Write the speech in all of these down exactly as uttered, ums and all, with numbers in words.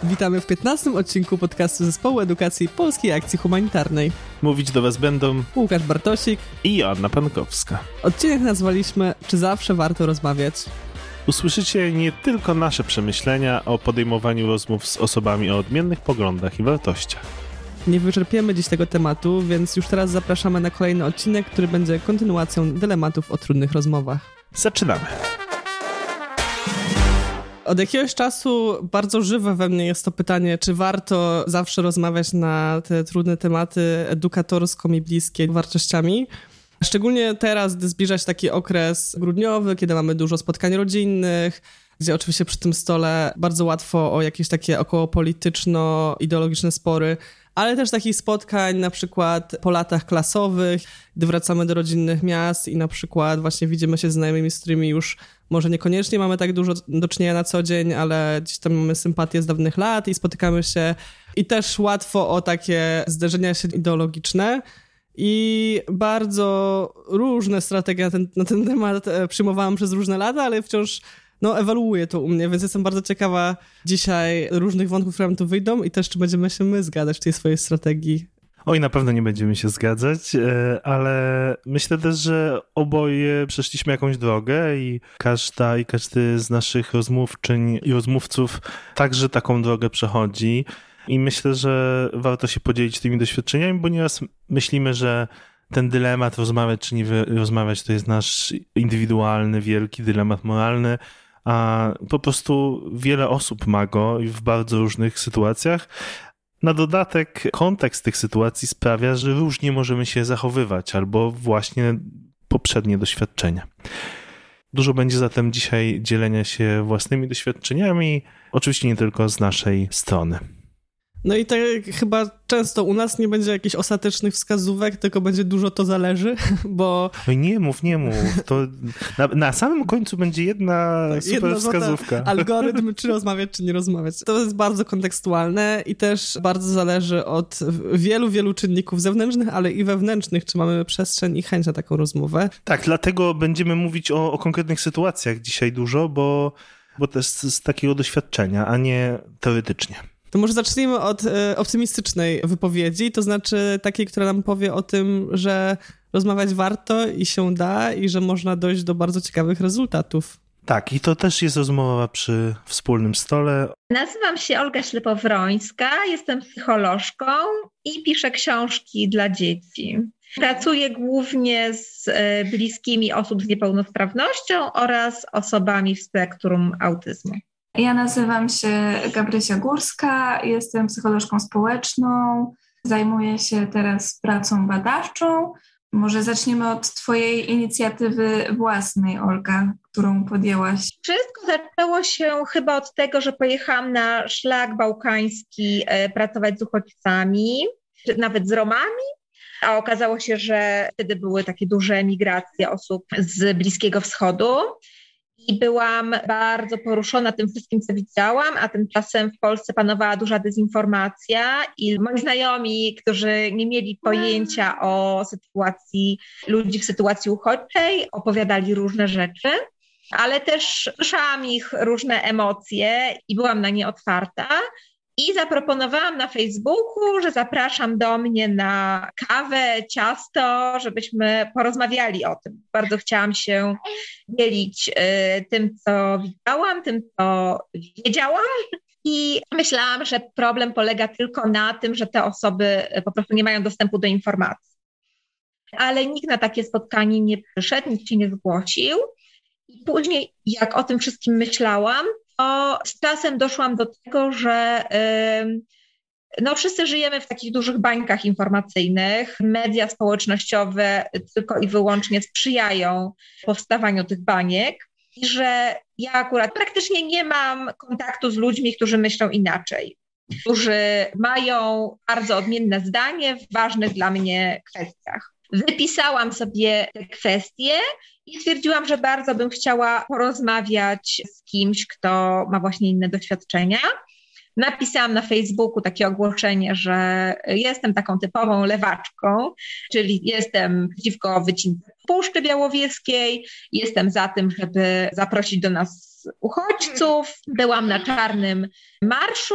Witamy w piętnastym odcinku podcastu Zespołu Edukacji Polskiej Akcji Humanitarnej. Mówić do Was będą Łukasz Bartosik i Joanna Pankowska. Odcinek nazwaliśmy Czy zawsze warto rozmawiać? Usłyszycie nie tylko nasze przemyślenia o podejmowaniu rozmów z osobami o odmiennych poglądach i wartościach. Nie wyczerpiemy dziś tego tematu, więc już teraz zapraszamy na kolejny odcinek, który będzie kontynuacją dylematów o trudnych rozmowach. Zaczynamy. Od jakiegoś czasu bardzo żywe we mnie jest to pytanie, czy warto zawsze rozmawiać na te trudne tematy edukatorsko mi bliskie wartościami. Szczególnie teraz, gdy zbliża się taki okres grudniowy, kiedy mamy dużo spotkań rodzinnych, gdzie oczywiście przy tym stole bardzo łatwo o jakieś takie okołopolityczno-ideologiczne spory, ale też takich spotkań na przykład po latach klasowych, gdy wracamy do rodzinnych miast i na przykład właśnie widzimy się z znajomymi, z którymi już może niekoniecznie mamy tak dużo do czynienia na co dzień, ale gdzieś tam mamy sympatię z dawnych lat i spotykamy się i też łatwo o takie zderzenia się ideologiczne. I bardzo różne strategie na ten, na ten temat przyjmowałam przez różne lata, ale wciąż no, ewoluuje to u mnie, więc jestem bardzo ciekawa dzisiaj różnych wątków, które nam tu wyjdą i też czy będziemy się my zgadzać w tej swojej strategii. Oj, na pewno nie będziemy się zgadzać, ale myślę też, że oboje przeszliśmy jakąś drogę i każda i każdy z naszych rozmówczyń i rozmówców także taką drogę przechodzi. I myślę, że warto się podzielić tymi doświadczeniami, bo nieraz myślimy, że ten dylemat rozmawiać czy nie rozmawiać to jest nasz indywidualny, wielki dylemat moralny, a po prostu wiele osób ma go i w bardzo różnych sytuacjach. Na dodatek kontekst tych sytuacji sprawia, że różnie możemy się zachowywać albo właśnie poprzednie doświadczenia. Dużo będzie zatem dzisiaj dzielenia się własnymi doświadczeniami, oczywiście nie tylko z naszej strony. No i tak chyba często u nas nie będzie jakichś ostatecznych wskazówek, tylko będzie dużo to zależy, bo... Oj, nie mów, nie mów. To na, na samym końcu będzie jedna tak, super jedna wskazówka. Algorytm, czy rozmawiać, czy nie rozmawiać. To jest bardzo kontekstualne i też bardzo zależy od wielu, wielu czynników zewnętrznych, ale i wewnętrznych, czy mamy przestrzeń i chęć na taką rozmowę. Tak, dlatego będziemy mówić o, o konkretnych sytuacjach dzisiaj dużo, bo, bo też z, z takiego doświadczenia, a nie teoretycznie. To może zacznijmy od e, optymistycznej wypowiedzi, to znaczy takiej, która nam powie o tym, że rozmawiać warto i się da i że można dojść do bardzo ciekawych rezultatów. Tak, i to też jest rozmowa przy wspólnym stole. Nazywam się Olga Ślepowrońska, jestem psycholożką i piszę książki dla dzieci. Pracuję głównie z bliskimi osób z niepełnosprawnością oraz osobami w spektrum autyzmu. Ja nazywam się Gabrysia Górska, jestem psycholożką społeczną, zajmuję się teraz pracą badawczą. Może zaczniemy od twojej inicjatywy własnej, Olga, którą podjęłaś. Wszystko zaczęło się chyba od tego, że pojechałam na szlak bałkański pracować z uchodźcami, nawet z Romami, a okazało się, że wtedy były takie duże migracje osób z Bliskiego Wschodu. I byłam bardzo poruszona tym wszystkim, co widziałam, a tymczasem w Polsce panowała duża dezinformacja i moi znajomi, którzy nie mieli pojęcia o sytuacji ludzi w sytuacji uchodźczej, opowiadali różne rzeczy, ale też słyszałam ich różne emocje i byłam na nie otwarta. I zaproponowałam na Facebooku, że zapraszam do mnie na kawę, ciasto, żebyśmy porozmawiali o tym. Bardzo chciałam się dzielić y, tym, co widziałam, tym, co wiedziałam. I myślałam, że problem polega tylko na tym, że te osoby po prostu nie mają dostępu do informacji. Ale nikt na takie spotkanie nie przyszedł, nikt się nie zgłosił. I później, jak o tym wszystkim myślałam, to z czasem doszłam do tego, że yy, no wszyscy żyjemy w takich dużych bańkach informacyjnych. Media społecznościowe tylko i wyłącznie sprzyjają powstawaniu tych baniek i że ja akurat praktycznie nie mam kontaktu z ludźmi, którzy myślą inaczej, którzy mają bardzo odmienne zdanie w ważnych dla mnie kwestiach. Wypisałam sobie te kwestie i stwierdziłam, że bardzo bym chciała porozmawiać z kimś, kto ma właśnie inne doświadczenia. Napisałam na Facebooku takie ogłoszenie, że jestem taką typową lewaczką, czyli jestem przeciwko wycince Puszczy Białowieskiej, jestem za tym, żeby zaprosić do nas uchodźców. Byłam na czarnym marszu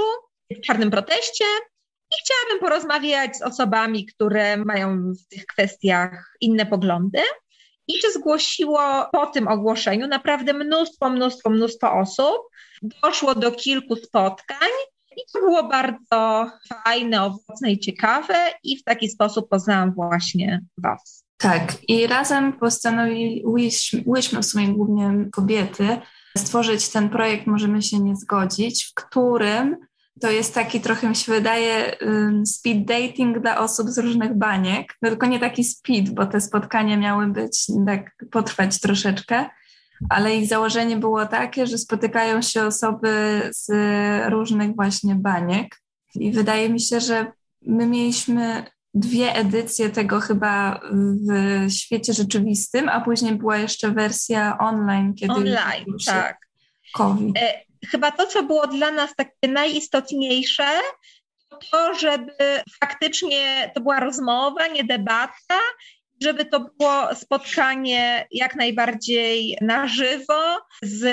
w czarnym proteście i chciałabym porozmawiać z osobami, które mają w tych kwestiach inne poglądy. I się zgłosiło po tym ogłoszeniu naprawdę mnóstwo, mnóstwo, mnóstwo osób. Doszło do kilku spotkań i to było bardzo fajne, owocne i ciekawe i w taki sposób poznałam właśnie was. Tak, i razem postanowiłyśmy, w sumie głównie kobiety, stworzyć ten projekt Możemy się nie zgodzić, w którym to jest taki trochę, mi się wydaje, speed dating dla osób z różnych baniek. No tylko nie taki speed, bo te spotkania miały być, tak potrwać troszeczkę, ale ich założenie było takie, że spotykają się osoby z różnych właśnie baniek. I wydaje mi się, że my mieliśmy dwie edycje tego chyba w świecie rzeczywistym, a później była jeszcze wersja online, kiedy online, tak. COVID. Chyba to, co było dla nas takie najistotniejsze, to to, żeby faktycznie to była rozmowa, nie debata, żeby to było spotkanie jak najbardziej na żywo z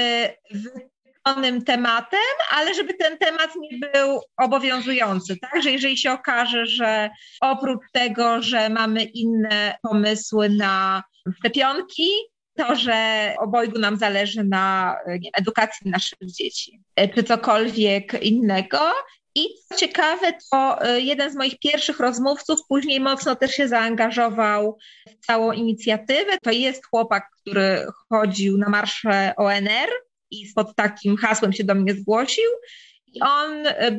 wytyczonym tematem, ale żeby ten temat nie był obowiązujący, tak? Że jeżeli się okaże, że oprócz tego, że mamy inne pomysły na szczepionki, to, że obojgu nam zależy na nie, edukacji naszych dzieci, czy cokolwiek innego. I co ciekawe, to jeden z moich pierwszych rozmówców później mocno też się zaangażował w całą inicjatywę. To jest chłopak, który chodził na marsze O N R i pod takim hasłem się do mnie zgłosił. I on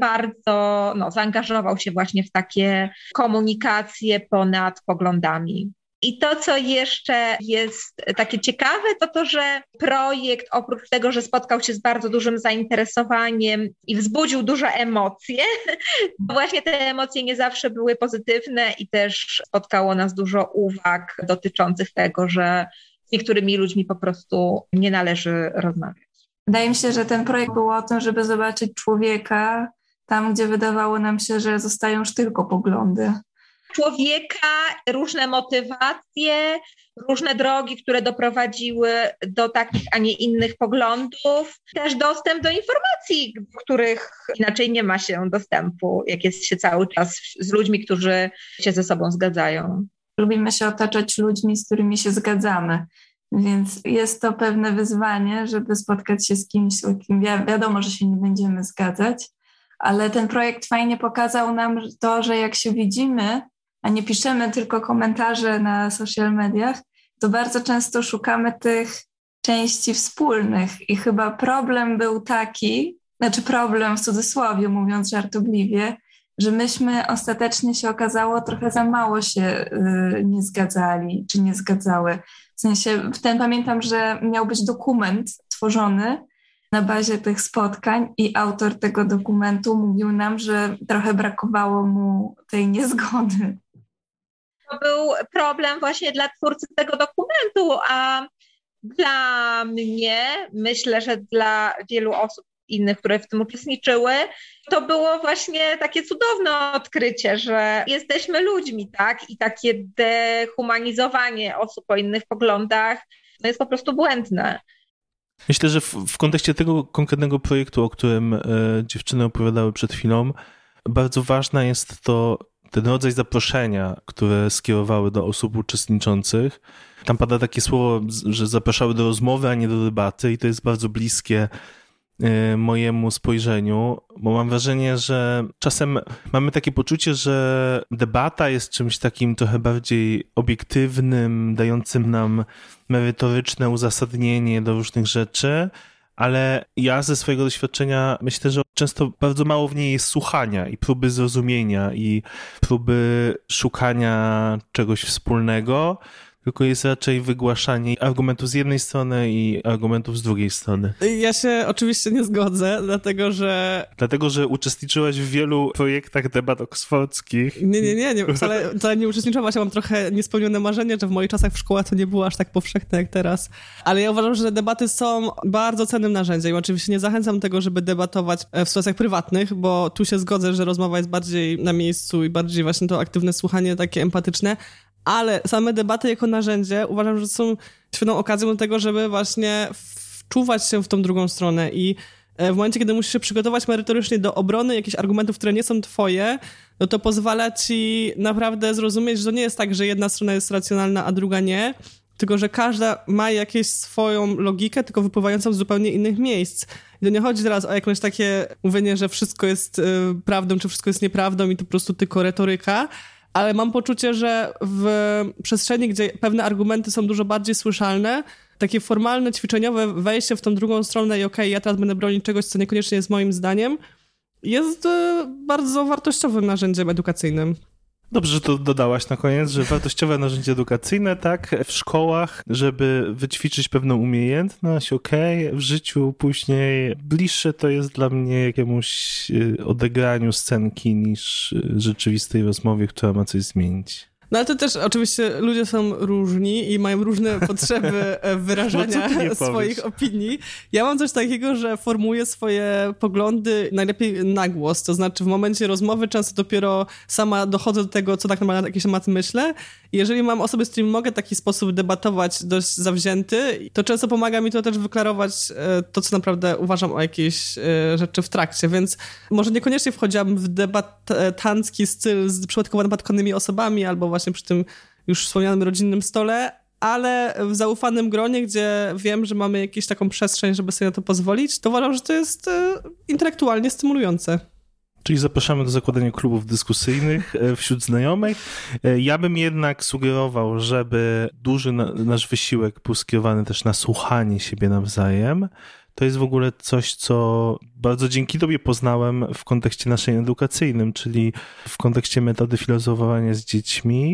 bardzo no, zaangażował się właśnie w takie komunikacje ponad poglądami. I to, co jeszcze jest takie ciekawe, to to, że projekt oprócz tego, że spotkał się z bardzo dużym zainteresowaniem i wzbudził duże emocje, to właśnie te emocje nie zawsze były pozytywne i też spotkało nas dużo uwag dotyczących tego, że z niektórymi ludźmi po prostu nie należy rozmawiać. Wydaje mi się, że ten projekt był o tym, żeby zobaczyć człowieka tam, gdzie wydawało nam się, że zostają już tylko poglądy. Człowieka, różne motywacje, różne drogi, które doprowadziły do takich, a nie innych poglądów. Też dostęp do informacji, do których inaczej nie ma się dostępu, jak jest się cały czas z ludźmi, którzy się ze sobą zgadzają. Lubimy się otaczać ludźmi, z którymi się zgadzamy. Więc jest to pewne wyzwanie, żeby spotkać się z kimś, z kim wi- wiadomo, że się nie będziemy zgadzać, ale ten projekt fajnie pokazał nam to, że jak się widzimy, a nie piszemy tylko komentarze na social mediach, to bardzo często szukamy tych części wspólnych i chyba problem był taki, znaczy problem w cudzysłowie, mówiąc żartobliwie, że myśmy ostatecznie się okazało trochę za mało się y, nie zgadzali, czy nie zgadzały. W sensie, w ten pamiętam, że miał być dokument tworzony na bazie tych spotkań i autor tego dokumentu mówił nam, że trochę brakowało mu tej niezgody. To był problem właśnie dla twórcy tego dokumentu, a dla mnie, myślę, że dla wielu osób innych, które w tym uczestniczyły, to było właśnie takie cudowne odkrycie, że jesteśmy ludźmi, tak? I takie dehumanizowanie osób o innych poglądach to jest po prostu błędne. Myślę, że w, w kontekście tego konkretnego projektu, o którym e, dziewczyny opowiadały przed chwilą, bardzo ważna jest to ten rodzaj zaproszenia, które skierowały do osób uczestniczących. Tam pada takie słowo, że zapraszały do rozmowy, a nie do debaty i to jest bardzo bliskie mojemu spojrzeniu, bo mam wrażenie, że czasem mamy takie poczucie, że debata jest czymś takim trochę bardziej obiektywnym, dającym nam merytoryczne uzasadnienie do różnych rzeczy, ale ja ze swojego doświadczenia myślę, że często bardzo mało w niej jest słuchania i próby zrozumienia i próby szukania czegoś wspólnego, tylko jest raczej wygłaszanie argumentów z jednej strony i argumentów z drugiej strony. Ja się oczywiście nie zgodzę, dlatego że... Dlatego, że uczestniczyłaś w wielu projektach debat oksfordzkich. Nie, nie, nie, nie wcale, wcale nie uczestniczyłaś. Ja mam trochę niespełnione marzenie, że w moich czasach w szkole to nie było aż tak powszechne jak teraz. Ale ja uważam, że debaty są bardzo cennym narzędziem. Oczywiście nie zachęcam do tego, żeby debatować w sytuacjach prywatnych, bo tu się zgodzę, że rozmowa jest bardziej na miejscu i bardziej właśnie to aktywne słuchanie, takie empatyczne. Ale same debaty jako narzędzie uważam, że są świetną okazją do tego, żeby właśnie wczuwać się w tą drugą stronę i w momencie, kiedy musisz się przygotować merytorycznie do obrony jakichś argumentów, które nie są twoje, no to pozwala ci naprawdę zrozumieć, że to nie jest tak, że jedna strona jest racjonalna, a druga nie, tylko że każda ma jakąś swoją logikę, tylko wypływającą z zupełnie innych miejsc. I to nie chodzi teraz o jakieś takie mówienie, że wszystko jest y, prawdą, czy wszystko jest nieprawdą i to po prostu tylko retoryka, ale mam poczucie, że w przestrzeni, gdzie pewne argumenty są dużo bardziej słyszalne, takie formalne, ćwiczeniowe wejście w tą drugą stronę i okej, okay, ja teraz będę bronić czegoś, co niekoniecznie jest moim zdaniem, jest y, bardzo wartościowym narzędziem edukacyjnym. Dobrze, że to dodałaś na koniec, że wartościowe narzędzie edukacyjne, tak, w szkołach, żeby wyćwiczyć pewną umiejętność, okej, okay, w życiu później bliższe to jest dla mnie jakiemuś odegraniu scenki niż rzeczywistej rozmowie, która ma coś zmienić. No ale to też oczywiście ludzie są różni i mają różne potrzeby wyrażania no swoich opinii. Ja mam coś takiego, że formułuję swoje poglądy najlepiej na głos, to znaczy w momencie rozmowy często dopiero sama dochodzę do tego, co tak naprawdę na jakiś temat myślę. I jeżeli mam osoby, z którymi mogę w taki sposób debatować dość zawzięty, to często pomaga mi to też wyklarować to, co naprawdę uważam o jakiejś rzeczy w trakcie, więc może niekoniecznie wchodziłabym w debatancki styl z przypadkowo napadkonymi osobami albo właśnie przy tym już wspomnianym rodzinnym stole, ale w zaufanym gronie, gdzie wiem, że mamy jakąś taką przestrzeń, żeby sobie na to pozwolić, to uważam, że to jest intelektualnie stymulujące. Czyli zapraszamy do zakładania klubów dyskusyjnych wśród znajomych. Ja bym jednak sugerował, żeby duży na, nasz wysiłek był skierowany też na słuchanie siebie nawzajem. To jest w ogóle coś, co bardzo dzięki tobie poznałem w kontekście naszej edukacyjnym, czyli w kontekście metody filozofowania z dziećmi,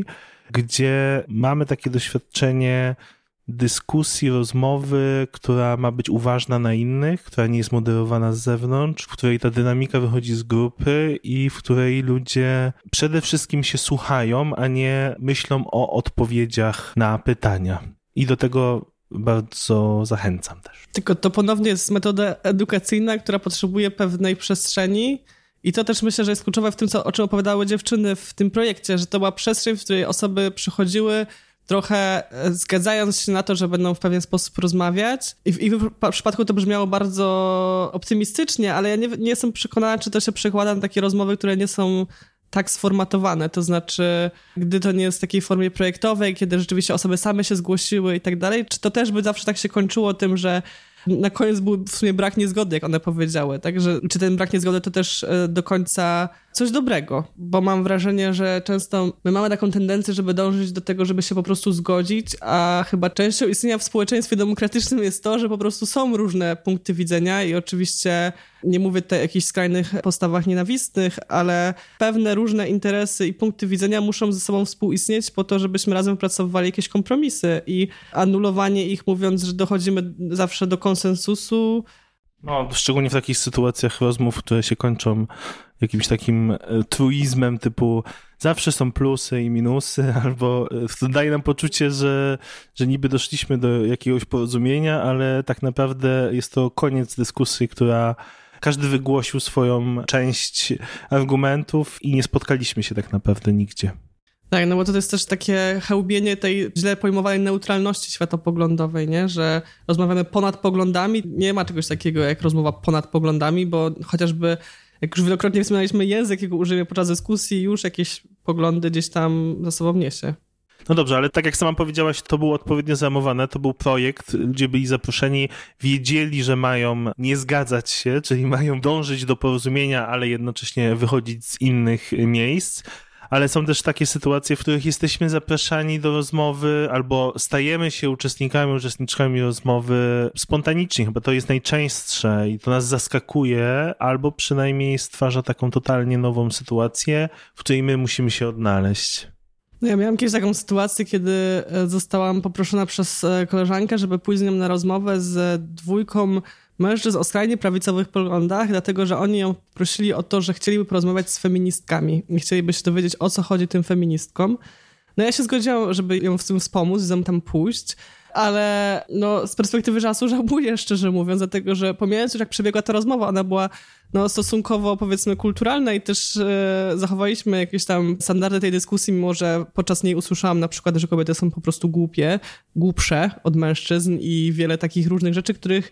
gdzie mamy takie doświadczenie dyskusji, rozmowy, która ma być uważna na innych, która nie jest moderowana z zewnątrz, w której ta dynamika wychodzi z grupy i w której ludzie przede wszystkim się słuchają, a nie myślą o odpowiedziach na pytania. I do tego bardzo zachęcam też. Tylko to ponownie jest metoda edukacyjna, która potrzebuje pewnej przestrzeni i to też myślę, że jest kluczowe w tym, co, o czym opowiadały dziewczyny w tym projekcie, że to była przestrzeń, w której osoby przychodziły trochę zgadzając się na to, że będą w pewien sposób rozmawiać. I w ich przypadku to brzmiało bardzo optymistycznie, ale ja nie, nie jestem przekonana, czy to się przekłada na takie rozmowy, które nie są tak sformatowane. To znaczy, gdy to nie jest w takiej formie projektowej, kiedy rzeczywiście osoby same się zgłosiły i tak dalej, czy to też by zawsze tak się kończyło tym, że na koniec był w sumie brak niezgody, jak one powiedziały. Także czy ten brak niezgody to też do końca coś dobrego, bo mam wrażenie, że często my mamy taką tendencję, żeby dążyć do tego, żeby się po prostu zgodzić, a chyba częścią istnienia w społeczeństwie demokratycznym jest to, że po prostu są różne punkty widzenia i oczywiście nie mówię tutaj o jakichś skrajnych postawach nienawistnych, ale pewne różne interesy i punkty widzenia muszą ze sobą współistnieć po to, żebyśmy razem wypracowywali jakieś kompromisy i anulowanie ich, mówiąc, że dochodzimy zawsze do konsensusu. No, szczególnie w takich sytuacjach rozmów, które się kończą jakimś takim truizmem typu zawsze są plusy i minusy, albo to daje nam poczucie, że, że niby doszliśmy do jakiegoś porozumienia, ale tak naprawdę jest to koniec dyskusji, która każdy wygłosił swoją część argumentów i nie spotkaliśmy się tak naprawdę nigdzie. Tak, no bo to jest też takie chełbienie tej źle pojmowanej neutralności światopoglądowej, nie? Że rozmawiamy ponad poglądami. Nie ma czegoś takiego jak rozmowa ponad poglądami, bo chociażby, jak już wielokrotnie wspominaliśmy, język, jakiego użyjemy podczas dyskusji, już jakieś poglądy gdzieś tam za sobą niesie. No dobrze, ale tak jak sama powiedziałaś, to było odpowiednio zamowane, to był projekt, ludzie byli zaproszeni, wiedzieli, że mają nie zgadzać się, czyli mają dążyć do porozumienia, ale jednocześnie wychodzić z innych miejsc. Ale są też takie sytuacje, w których jesteśmy zapraszani do rozmowy albo stajemy się uczestnikami, uczestniczkami rozmowy spontanicznie. Chyba to jest najczęstsze i to nas zaskakuje albo przynajmniej stwarza taką totalnie nową sytuację, w której my musimy się odnaleźć. No ja miałam kiedyś taką sytuację, kiedy zostałam poproszona przez koleżankę, żeby pójść z nią na rozmowę z dwójką mężczyzn o skrajnie prawicowych poglądach, dlatego że oni ją prosili o to, że chcieliby porozmawiać z feministkami i chcieliby się dowiedzieć, o co chodzi tym feministkom. No ja się zgodziłam, żeby ją w tym wspomóc, z nią tam pójść, ale no z perspektywy czasu żałuję, szczerze mówiąc, dlatego że pomijając już jak przebiegła ta rozmowa, ona była no stosunkowo powiedzmy kulturalna i też e, zachowaliśmy jakieś tam standardy tej dyskusji, mimo że podczas niej usłyszałam na przykład, że kobiety są po prostu głupie, głupsze od mężczyzn i wiele takich różnych rzeczy, których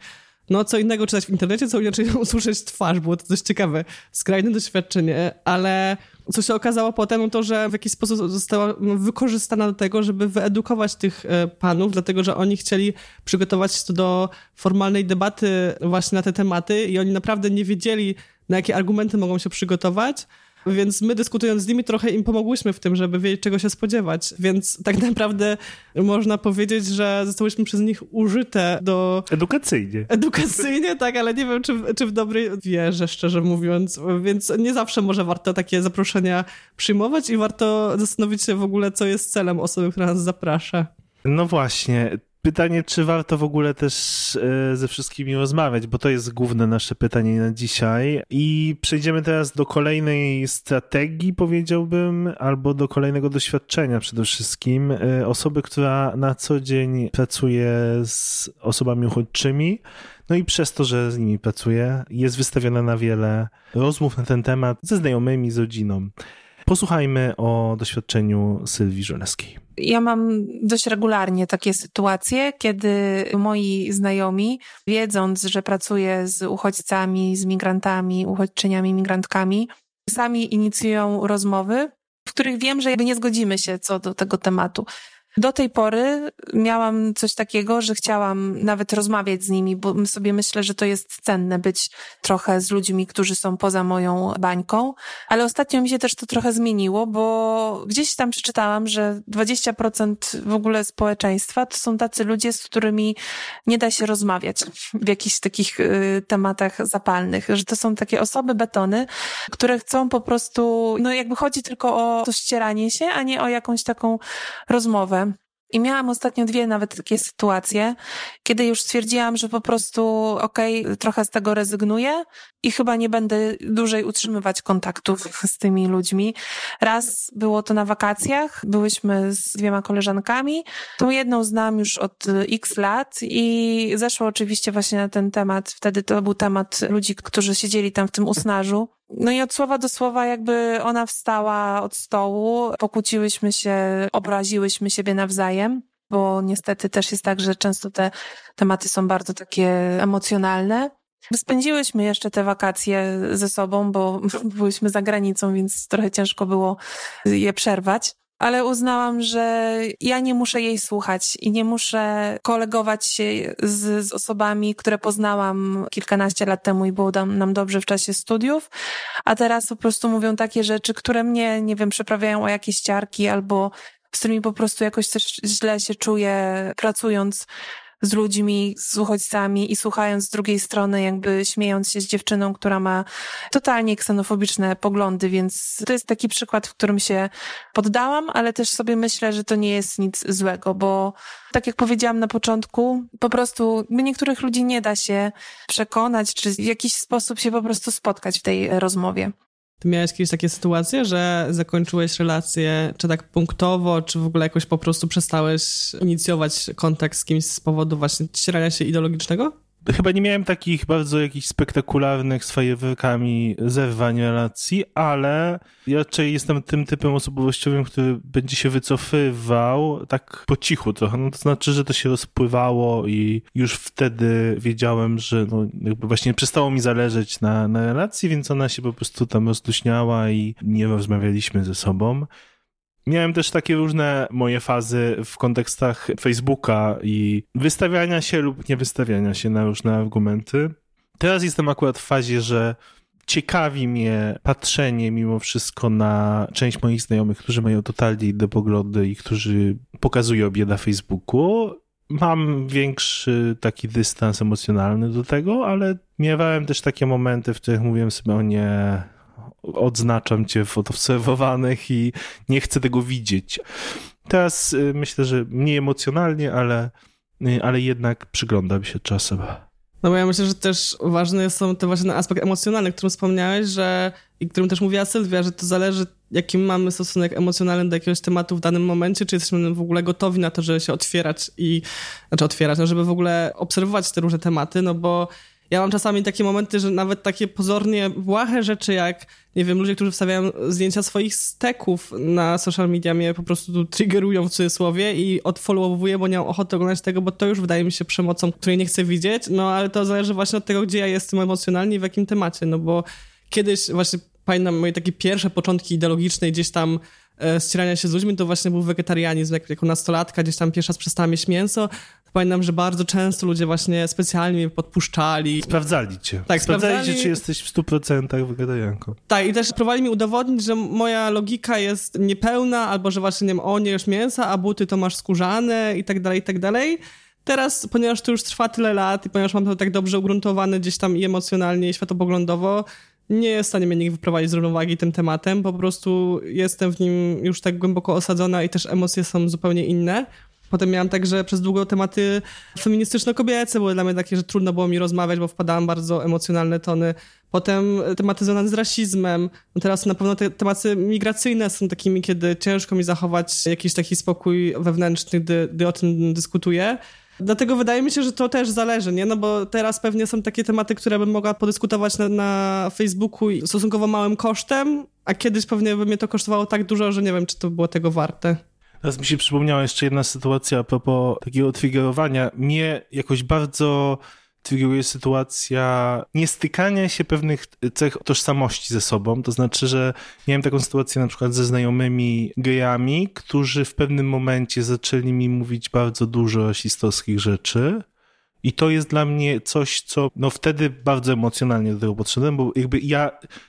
no co innego czytać w internecie, co inaczej usłyszeć twarz, było to dość ciekawe, skrajne doświadczenie, ale co się okazało potem, no to, że w jakiś sposób została wykorzystana do tego, żeby wyedukować tych panów, dlatego, że oni chcieli przygotować się do formalnej debaty właśnie na te tematy i oni naprawdę nie wiedzieli, na jakie argumenty mogą się przygotować, więc my dyskutując z nimi trochę im pomogłyśmy w tym, żeby wiedzieć, czego się spodziewać. Więc tak naprawdę można powiedzieć, że zostałyśmy przez nich użyte do... Edukacyjnie. Edukacyjnie, tak, ale nie wiem, czy, czy w dobrej wierze, szczerze mówiąc. Więc nie zawsze może warto takie zaproszenia przyjmować i warto zastanowić się w ogóle, co jest celem osoby, która nas zaprasza. No właśnie. Pytanie, czy warto w ogóle też ze wszystkimi rozmawiać, bo to jest główne nasze pytanie na dzisiaj. I przejdziemy teraz do kolejnej strategii, powiedziałbym, albo do kolejnego doświadczenia przede wszystkim. Osoby, która na co dzień pracuje z osobami uchodźczymi, no i przez to, że z nimi pracuje, jest wystawiona na wiele rozmów na ten temat ze znajomymi, z rodziną. Posłuchajmy o doświadczeniu Sylwii Żelewskiej. Ja mam dość regularnie takie sytuacje, kiedy moi znajomi, wiedząc, że pracuję z uchodźcami, z migrantami, uchodźczyniami, migrantkami, sami inicjują rozmowy, w których wiem, że jakby nie zgodzimy się co do tego tematu. Do tej pory miałam coś takiego, że chciałam nawet rozmawiać z nimi, bo sobie myślę, że to jest cenne być trochę z ludźmi, którzy są poza moją bańką, ale ostatnio mi się też to trochę zmieniło, bo gdzieś tam przeczytałam, że dwadzieścia procent w ogóle społeczeństwa to są tacy ludzie, z którymi nie da się rozmawiać w jakichś takich y, tematach zapalnych, że to są takie osoby betony, które chcą po prostu, no jakby chodzi tylko o to ścieranie się, a nie o jakąś taką rozmowę. I miałam ostatnio dwie nawet takie sytuacje, kiedy już stwierdziłam, że po prostu okej, okay, trochę z tego rezygnuję i chyba nie będę dłużej utrzymywać kontaktów z tymi ludźmi. Raz było to na wakacjach, byłyśmy z dwiema koleżankami. Tą jedną znam już od x lat i zeszło oczywiście właśnie na ten temat. Wtedy to był temat ludzi, którzy siedzieli tam w tym Usnarzu. No i od słowa do słowa jakby ona wstała od stołu, pokłóciłyśmy się, obraziłyśmy siebie nawzajem, bo niestety też jest tak, że często te tematy są bardzo takie emocjonalne. Spędziłyśmy jeszcze te wakacje ze sobą, bo byłyśmy za granicą, więc trochę ciężko było je przerwać. Ale uznałam, że ja nie muszę jej słuchać i nie muszę kolegować się z, z osobami, które poznałam kilkanaście lat temu i było nam dobrze w czasie studiów, a teraz po prostu mówią takie rzeczy, które mnie, nie wiem, przyprawiają o jakieś ciarki albo z którymi po prostu jakoś też źle się czuję, pracując z ludźmi, z uchodźcami i słuchając z drugiej strony, jakby śmiejąc się z dziewczyną, która ma totalnie ksenofobiczne poglądy, więc to jest taki przykład, w którym się poddałam, ale też sobie myślę, że to nie jest nic złego, bo tak jak powiedziałam na początku, po prostu niektórych ludzi nie da się przekonać, czy w jakiś sposób się po prostu spotkać w tej rozmowie. Ty miałeś jakieś takie sytuacje, że zakończyłeś relację, czy tak punktowo, czy w ogóle jakoś po prostu przestałeś inicjować kontakt z kimś z powodu właśnie ścierania się ideologicznego? Chyba nie miałem takich bardzo jakichś spektakularnych z fajerwerkami zerwań relacji, ale ja raczej jestem tym typem osobowościowym, który będzie się wycofywał tak po cichu trochę. No to znaczy, że to się rozpływało i już wtedy wiedziałem, że no jakby właśnie przestało mi zależeć na, na relacji, więc ona się po prostu tam rozluźniała i nie rozmawialiśmy ze sobą. Miałem też takie różne moje fazy w kontekstach Facebooka i wystawiania się lub nie wystawiania się na różne argumenty. Teraz jestem akurat w fazie, że ciekawi mnie patrzenie mimo wszystko na część moich znajomych, którzy mają totalnie inne poglądy i którzy pokazują je na Facebooku. Mam większy taki dystans emocjonalny do tego, ale miewałem też takie momenty, w których mówiłem sobie, o nie, odznaczam cię w odobserwowanych i nie chcę tego widzieć. Teraz myślę, że mniej emocjonalnie, ale, ale jednak przyglądam się czasem. No bo ja myślę, że też ważny jest ten właśnie aspekt emocjonalny, o którym wspomniałeś, że i którym też mówiła Sylwia, że to zależy, jaki mamy stosunek emocjonalny do jakiegoś tematu w danym momencie, czy jesteśmy w ogóle gotowi na to, żeby się otwierać i, znaczy otwierać, no żeby w ogóle obserwować te różne tematy, no bo Ja mam czasami takie momenty, że nawet takie pozornie błahe rzeczy jak, nie wiem, ludzie, którzy wstawiają zdjęcia swoich steków na social media mnie po prostu tu triggerują w cudzysłowie i odfollowuję, bo nie mam ochoty oglądać tego, bo to już wydaje mi się przemocą, której nie chcę widzieć, no ale to zależy właśnie od tego, gdzie ja jestem emocjonalnie i w jakim temacie, no bo kiedyś właśnie pamiętam moje takie pierwsze początki ideologiczne gdzieś tam e, ścierania się z ludźmi, to właśnie był wegetarianizm, jak, jako nastolatka, gdzieś tam pierwszy raz przestałam jeść mięso. Pamiętam, że bardzo często ludzie właśnie specjalnie mnie podpuszczali. Sprawdzali cię. Tak, sprawdzali, sprawdzali cię, czy jesteś w stu procentach wegetarianką. Tak, i też próbowali mi udowodnić, że moja logika jest niepełna, albo że właśnie, nie wiem, o, nie jesz mięsa, a buty to masz skórzane i tak dalej, i tak dalej. Teraz, ponieważ to już trwa tyle lat i ponieważ mam to tak dobrze ugruntowane gdzieś tam i emocjonalnie, i światopoglądowo, nie jest w stanie mnie nikt wyprowadzić z równowagi tym tematem, po prostu jestem w nim już tak głęboko osadzona i też emocje są zupełnie inne. Potem miałam także przez długo tematy feministyczno-kobiece, były dla mnie takie, że trudno było mi rozmawiać, bo wpadałam w bardzo emocjonalne tony. Potem tematy związane z rasizmem. No teraz na pewno te tematy migracyjne są takimi, kiedy ciężko mi zachować jakiś taki spokój wewnętrzny, gdy, gdy o tym dyskutuję. Dlatego wydaje mi się, że to też zależy, nie? No bo teraz pewnie są takie tematy, które bym mogła podyskutować na, na Facebooku i stosunkowo małym kosztem, a kiedyś pewnie by mnie to kosztowało tak dużo, że nie wiem, czy to było tego warte. Teraz mi się przypomniała jeszcze jedna sytuacja a propos takiego triggerowania. Mnie jakoś bardzo triggeruje sytuacja niestykania się pewnych cech tożsamości ze sobą. To znaczy, że miałem taką sytuację na przykład ze znajomymi gejami, którzy w pewnym momencie zaczęli mi mówić bardzo dużo rasistowskich rzeczy. I to jest dla mnie coś, co no wtedy bardzo emocjonalnie do tego podszedłem, bo jakby ja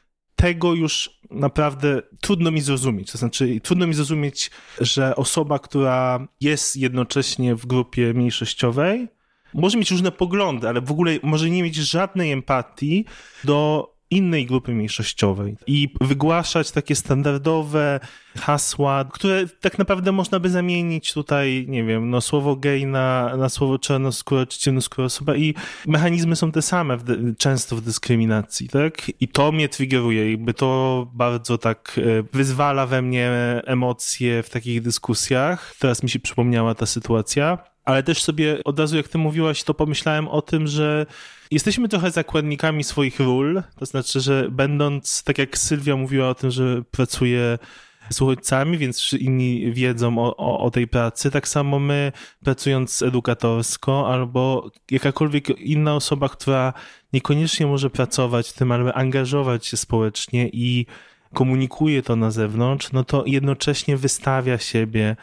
tego już naprawdę trudno mi zrozumieć. To znaczy trudno mi zrozumieć, że osoba, która jest jednocześnie w grupie mniejszościowej, może mieć różne poglądy, ale w ogóle może nie mieć żadnej empatii do innej grupy mniejszościowej i wygłaszać takie standardowe hasła, które tak naprawdę można by zamienić tutaj, nie wiem, no słowo gej na, na słowo czarnoskóra czy ciemnoskóra osoba i mechanizmy są te same w, często w dyskryminacji, tak? I to mnie triggeruje, jakby to bardzo tak wyzwala we mnie emocje w takich dyskusjach. Teraz mi się przypomniała ta sytuacja. Ale też sobie od razu, jak ty mówiłaś, to pomyślałem o tym, że jesteśmy trochę zakładnikami swoich ról, to znaczy, że będąc, tak jak Sylwia mówiła o tym, że pracuje z uchodźcami, więc inni wiedzą o, o, o tej pracy, tak samo my pracując edukatorsko albo jakakolwiek inna osoba, która niekoniecznie może pracować w tym, ale angażować się społecznie i komunikuje to na zewnątrz, no to jednocześnie wystawia siebie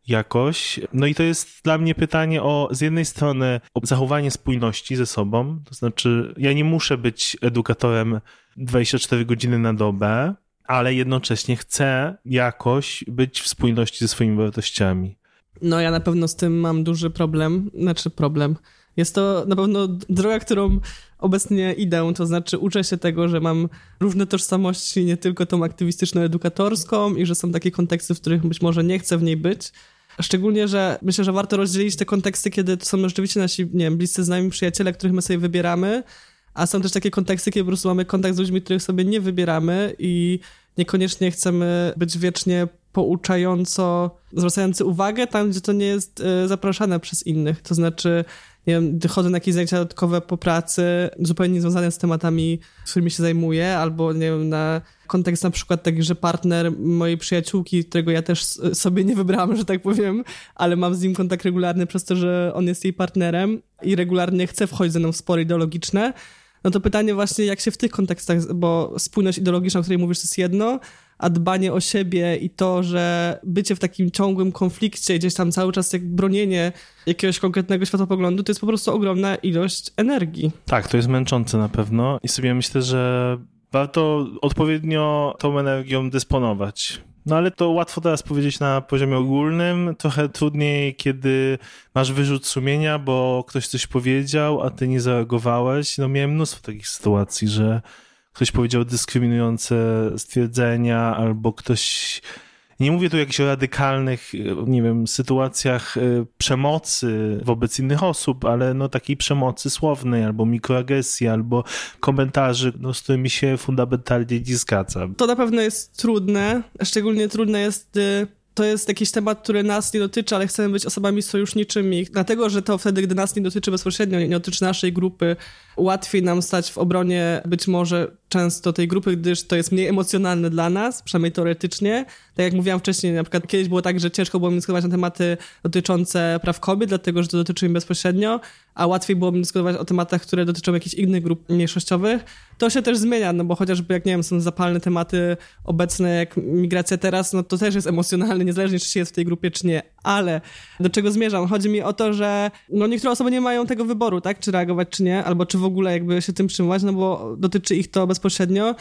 jakoś. No i to jest dla mnie pytanie o z jednej strony o zachowanie spójności ze sobą, to znaczy ja nie muszę być edukatorem dwadzieścia cztery godziny na dobę, ale jednocześnie chcę jakoś być w spójności ze swoimi wartościami. No ja na pewno z tym mam duży problem, znaczy problem. Jest to na pewno droga, którą obecnie idę, to znaczy uczę się tego, że mam różne tożsamości, nie tylko tą aktywistyczno-edukatorską i że są takie konteksty, w których być może nie chcę w niej być. Szczególnie, że myślę, że warto rozdzielić te konteksty, kiedy to są rzeczywiście nasi, nie wiem, bliscy znajomi przyjaciele, których my sobie wybieramy, a są też takie konteksty, kiedy po prostu mamy kontakt z ludźmi, których sobie nie wybieramy i niekoniecznie chcemy być wiecznie pouczająco zwracający uwagę tam, gdzie to nie jest y, zapraszane przez innych. To znaczy, nie wiem, chodzę na jakieś zajęcia dodatkowe po pracy, zupełnie niezwiązane z tematami, którymi się zajmuję, albo nie wiem, na kontekst na przykład taki, że partner mojej przyjaciółki, którego ja też sobie nie wybrałam, że tak powiem, ale mam z nim kontakt regularny przez to, że on jest jej partnerem i regularnie chce wchodzić ze mną w spory ideologiczne, no to pytanie właśnie, jak się w tych kontekstach, bo spójność ideologiczna, o której mówisz, to jest jedno, a dbanie o siebie i to, że bycie w takim ciągłym konflikcie, gdzieś tam cały czas jak bronienie jakiegoś konkretnego światopoglądu, to jest po prostu ogromna ilość energii. Tak, to jest męczące na pewno i sobie myślę, że warto odpowiednio tą energią dysponować. No ale to łatwo teraz powiedzieć na poziomie ogólnym, trochę trudniej, kiedy masz wyrzut sumienia, bo ktoś coś powiedział, a ty nie zareagowałeś. No miałem mnóstwo takich sytuacji, że ktoś powiedział dyskryminujące stwierdzenia, albo ktoś, nie mówię tu o jakichś radykalnych, nie wiem, sytuacjach przemocy wobec innych osób, ale no takiej przemocy słownej, albo mikroagresji, albo komentarzy, no, z którymi się fundamentalnie nie zgadzam. To na pewno jest trudne, szczególnie trudne jest to jest jakiś temat, który nas nie dotyczy, ale chcemy być osobami sojuszniczymi. Dlatego, że to wtedy, gdy nas nie dotyczy bezpośrednio, nie dotyczy naszej grupy, łatwiej nam stać w obronie być może często tej grupy, gdyż to jest mniej emocjonalne dla nas, przynajmniej teoretycznie. Tak jak mówiłam wcześniej, na przykład kiedyś było tak, że ciężko było mi dyskutować na tematy dotyczące praw kobiet, dlatego, że to dotyczy mnie bezpośrednio, a łatwiej było mi dyskutować o tematach, które dotyczą jakichś innych grup mniejszościowych. To się też zmienia, no bo chociażby jak, nie wiem, są zapalne tematy obecne, jak migracja teraz, no to też jest emocjonalne, niezależnie czy się jest w tej grupie, czy nie. Ale do czego zmierzam? Chodzi mi o to, że no niektóre osoby nie mają tego wyboru, tak? Czy reagować, czy nie, albo czy w ogóle jakby się tym przyjmować, no bo dotyczy ich to bezpośrednio.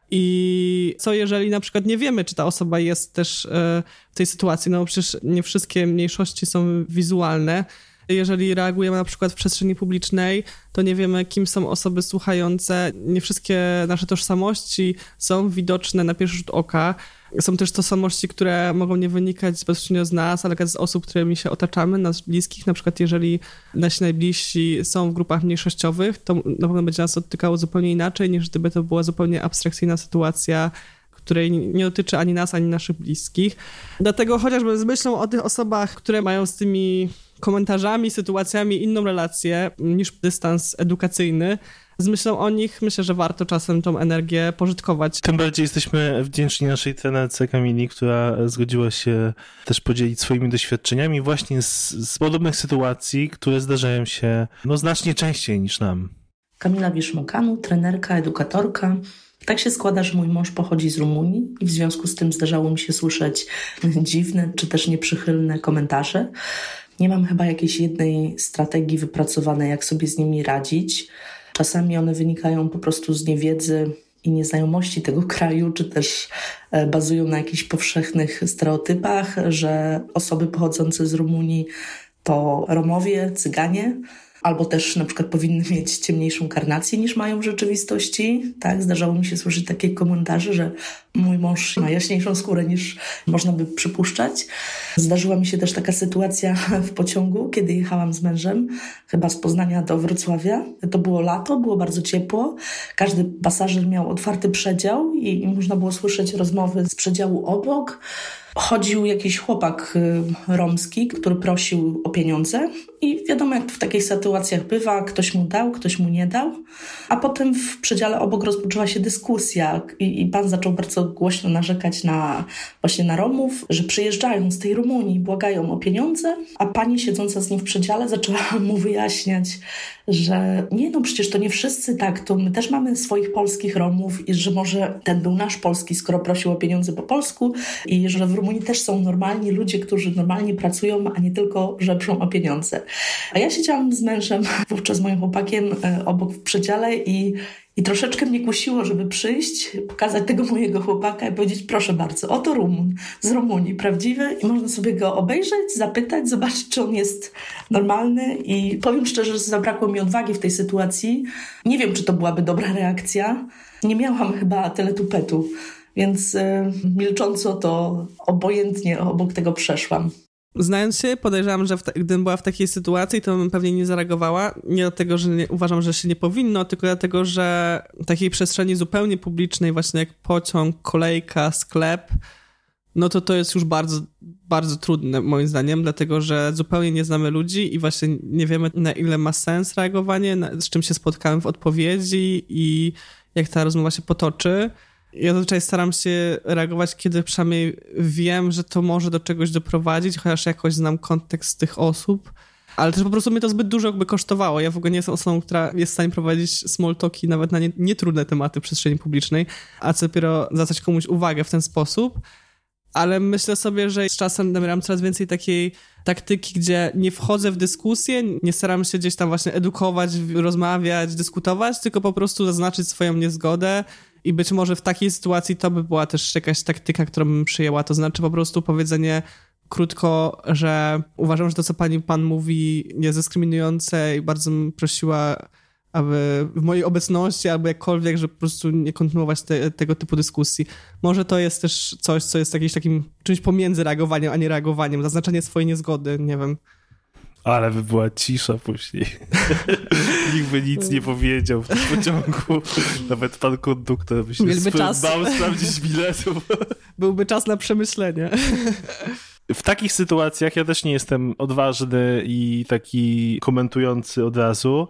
I co jeżeli na przykład nie wiemy, czy ta osoba jest też w tej sytuacji, no bo przecież nie wszystkie mniejszości są wizualne. Jeżeli reagujemy na przykład w przestrzeni publicznej, to nie wiemy, kim są osoby słuchające. Nie wszystkie nasze tożsamości są widoczne na pierwszy rzut oka. Są też tożsamości, które mogą nie wynikać bezpośrednio z nas, ale z osób, którymi się otaczamy, nas bliskich. Na przykład jeżeli nasi najbliżsi są w grupach mniejszościowych, to na pewno będzie nas dotykało zupełnie inaczej, niż gdyby to była zupełnie abstrakcyjna sytuacja, której nie dotyczy ani nas, ani naszych bliskich. Dlatego chociażby z myślą o tych osobach, które mają z tymi komentarzami, sytuacjami inną relację niż dystans edukacyjny, z myślą o nich myślę, że warto czasem tą energię pożytkować. Tym bardziej jesteśmy wdzięczni naszej trenerce Kamili, która zgodziła się też podzielić swoimi doświadczeniami właśnie z, z podobnych sytuacji, które zdarzają się no, znacznie częściej niż nam. Kamila Wiszmokanu, trenerka, edukatorka. Tak się składa, że mój mąż pochodzi z Rumunii i w związku z tym zdarzało mi się słyszeć dziwne czy też nieprzychylne komentarze. Nie mam chyba jakiejś jednej strategii wypracowanej, jak sobie z nimi radzić. Czasami one wynikają po prostu z niewiedzy i nieznajomości tego kraju, czy też bazują na jakichś powszechnych stereotypach, że osoby pochodzące z Rumunii to Romowie, Cyganie, albo też na przykład powinny mieć ciemniejszą karnację niż mają w rzeczywistości. Tak, zdarzało mi się słyszeć takie komentarze, że mój mąż ma jaśniejszą skórę niż można by przypuszczać. Zdarzyła mi się też taka sytuacja w pociągu, kiedy jechałam z mężem, chyba z Poznania do Wrocławia. To było lato, było bardzo ciepło. Każdy pasażer miał otwarty przedział i, i można było słyszeć rozmowy z przedziału obok. Chodził jakiś chłopak romski, który prosił o pieniądze i wiadomo, jak w takich sytuacjach bywa, ktoś mu dał, ktoś mu nie dał, a potem w przedziale obok rozpoczęła się dyskusja i, i pan zaczął bardzo głośno narzekać na właśnie na Romów, że przyjeżdżają z tej Rumunii, błagają o pieniądze, a pani siedząca z nim w przedziale zaczęła mu wyjaśniać, że nie, no przecież to nie wszyscy tak, to my też mamy swoich polskich Romów i że może ten był nasz polski, skoro prosił o pieniądze po polsku i że w Rumunii też są normalni ludzie, którzy normalnie pracują, a nie tylko żebrzą o pieniądze. A ja siedziałam z mężem, wówczas moim chłopakiem, obok w przedziale i I troszeczkę mnie kusiło, żeby przyjść, pokazać tego mojego chłopaka i powiedzieć, proszę bardzo, oto Rumun z Rumunii, prawdziwy i można sobie go obejrzeć, zapytać, zobaczyć, czy on jest normalny i powiem szczerze, że zabrakło mi odwagi w tej sytuacji. Nie wiem, czy to byłaby dobra reakcja. Nie miałam chyba tyle tupetu, więc y, milcząco to obojętnie obok tego przeszłam. Znając się, podejrzewam, że ta- gdybym była w takiej sytuacji, to bym pewnie nie zareagowała. Nie dlatego, że nie, uważam, że się nie powinno, tylko dlatego, że w takiej przestrzeni zupełnie publicznej, właśnie jak pociąg, kolejka, sklep, no to to jest już bardzo, bardzo trudne moim zdaniem, dlatego, że zupełnie nie znamy ludzi i właśnie nie wiemy, na ile ma sens reagowanie, na, z czym się spotkałem w odpowiedzi i jak ta rozmowa się potoczy. Ja zazwyczaj staram się reagować, kiedy przynajmniej wiem, że to może do czegoś doprowadzić, chociaż jakoś znam kontekst tych osób, ale też po prostu mnie to zbyt dużo jakby kosztowało. Ja w ogóle nie jestem osobą, która jest w stanie prowadzić small talki nawet na nie, nietrudne tematy w przestrzeni publicznej, a co dopiero zwracać komuś uwagę w ten sposób. Ale myślę sobie, że z czasem nabieram coraz więcej takiej taktyki, gdzie nie wchodzę w dyskusję, nie staram się gdzieś tam właśnie edukować, rozmawiać, dyskutować, tylko po prostu zaznaczyć swoją niezgodę i być może w takiej sytuacji to by była też jakaś taktyka, którą bym przyjęła. To znaczy po prostu powiedzenie krótko, że uważam, że to, co pani pan mówi, jest dyskryminujące i bardzo bym prosiła, aby w mojej obecności albo jakkolwiek, że po prostu nie kontynuować te, tego typu dyskusji. Może to jest też coś, co jest jakimś takim czymś pomiędzy reagowaniem, a nie reagowaniem. Zaznaczenie swojej niezgody, nie wiem. Ale by była cisza później. Nikt by nic nie powiedział w tym pociągu. Nawet pan konduktor by się Mieliby sp- czas. bał sprawdzić biletów. Byłby czas na przemyślenie. w takich sytuacjach ja też nie jestem odważny i taki komentujący od razu,